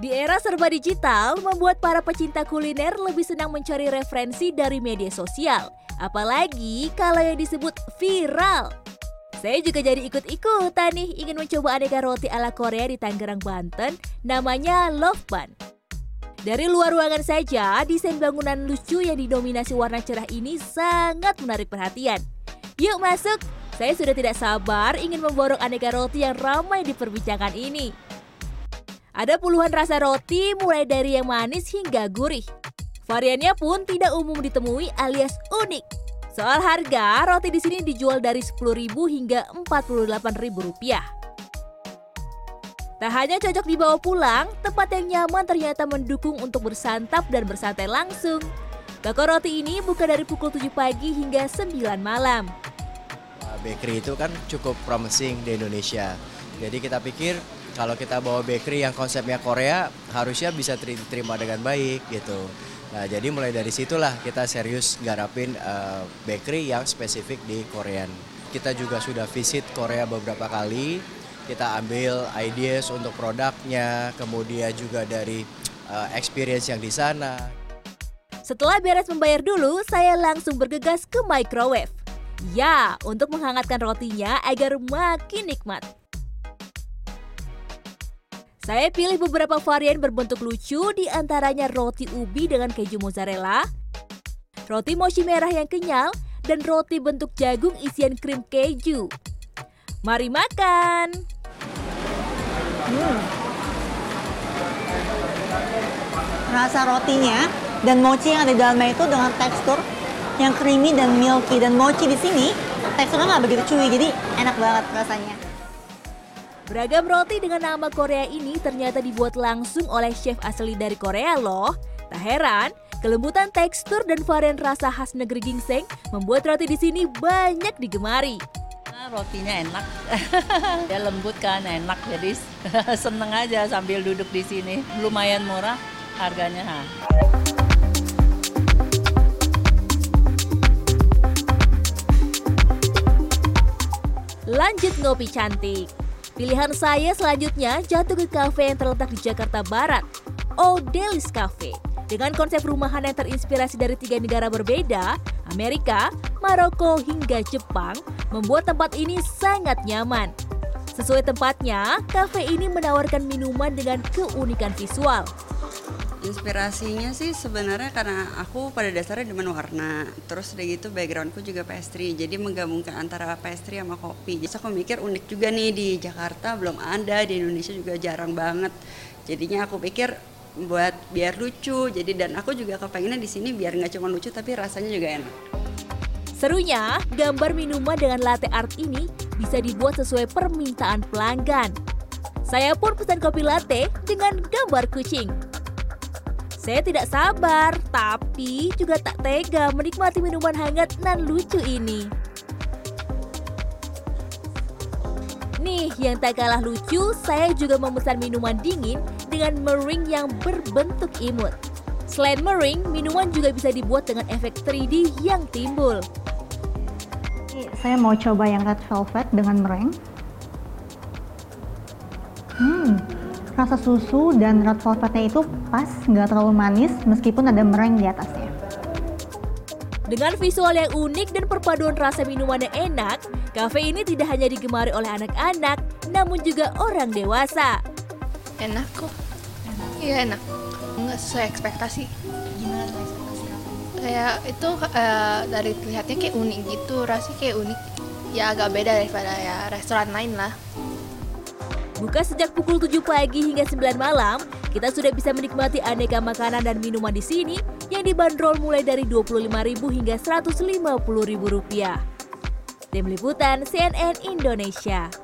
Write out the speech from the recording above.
Di era serba digital, membuat para pecinta kuliner lebih senang mencari referensi dari media sosial. Apalagi kalau yang disebut viral. Saya juga jadi ikut-ikutan nih ingin mencoba aneka roti ala Korea di Tangerang, Banten, namanya Love Bun. Dari luar ruangan saja, desain bangunan lucu yang didominasi warna cerah ini sangat menarik perhatian. Yuk masuk, saya sudah tidak sabar ingin memborong aneka roti yang ramai diperbincangkan ini. Ada puluhan rasa roti mulai dari yang manis hingga gurih. Variannya pun tidak umum ditemui alias unik. Soal harga, roti di sini dijual dari Rp10.000 hingga Rp48.000. Tak hanya cocok dibawa pulang, tempat yang nyaman ternyata mendukung untuk bersantap dan bersantai langsung. Toko roti ini buka dari pukul 7 pagi hingga 9 malam. Bakery itu kan cukup promising di Indonesia. Jadi kita pikir kalau kita bawa bakery yang konsepnya Korea harusnya bisa diterima dengan baik gitu. Nah jadi mulai dari situlah kita serius garapin bakery yang spesifik di Korean. Kita juga sudah visit Korea beberapa kali, kita ambil ideas untuk produknya, kemudian juga dari experience yang di sana. Setelah beres membayar dulu, saya langsung bergegas ke microwave. Ya, untuk menghangatkan rotinya agar makin nikmat. Saya pilih beberapa varian berbentuk lucu, di antaranya roti ubi dengan keju mozzarella, roti mochi merah yang kenyal, dan roti bentuk jagung isian krim keju. Mari makan! Rasa rotinya dan mochi yang ada di dalamnya itu dengan tekstur yang creamy dan milky. Dan mochi di sini teksturnya nggak begitu chewy, jadi enak banget rasanya. Beragam roti dengan nama Korea ini ternyata dibuat langsung oleh chef asli dari Korea loh. Tak heran, kelembutan tekstur dan varian rasa khas negeri ginseng membuat roti di sini banyak digemari. Rotinya enak, ya lembut kan, enak, jadi seneng aja sambil duduk di sini. Lumayan murah harganya. Lanjut ngopi cantik. Pilihan saya selanjutnya jatuh ke kafe yang terletak di Jakarta Barat, Odelis Cafe. Dengan konsep rumahan yang terinspirasi dari 3 negara berbeda, Amerika, Maroko, hingga Jepang, membuat tempat ini sangat nyaman. Sesuai tempatnya, kafe ini menawarkan minuman dengan keunikan visual. Inspirasinya sih sebenarnya karena aku pada dasarnya demen warna, terus udah gitu backgroundku juga pastry, jadi menggabungkan antara pastry sama kopi. Jadi aku mikir unik juga nih, di Jakarta belum ada, di Indonesia juga jarang banget. Jadinya aku pikir buat biar lucu, jadi dan aku juga kepengennya di sini biar nggak cuma lucu tapi rasanya juga enak. Serunya, gambar minuman dengan latte art ini bisa dibuat sesuai permintaan pelanggan. Saya pun pesan kopi latte dengan gambar kucing. Saya tidak sabar, tapi juga tak tega menikmati minuman hangat nan lucu ini. Nih, yang tak kalah lucu, saya juga memesan minuman dingin dengan meringue yang berbentuk imut. Selain meringue, minuman juga bisa dibuat dengan efek 3D yang timbul. Saya mau coba yang red velvet dengan meringue. Rasa susu dan red velvetnya itu pas, nggak terlalu manis meskipun ada meringue di atasnya. Dengan visual yang unik dan perpaduan rasa minuman yang enak, kafe ini tidak hanya digemari oleh anak-anak, namun juga orang dewasa. Enak kok. Iya enak. Nggak sesuai ekspektasi. Gimana ekspektasi? Kayak itu dari terlihatnya kayak unik gitu, rasanya kayak unik. Ya agak beda daripada ya restoran lain lah. Buka sejak pukul 7 pagi hingga 9 malam, kita sudah bisa menikmati aneka makanan dan minuman di sini yang dibanderol mulai dari Rp25.000 hingga Rp150.000. Tim Liputan CNN Indonesia.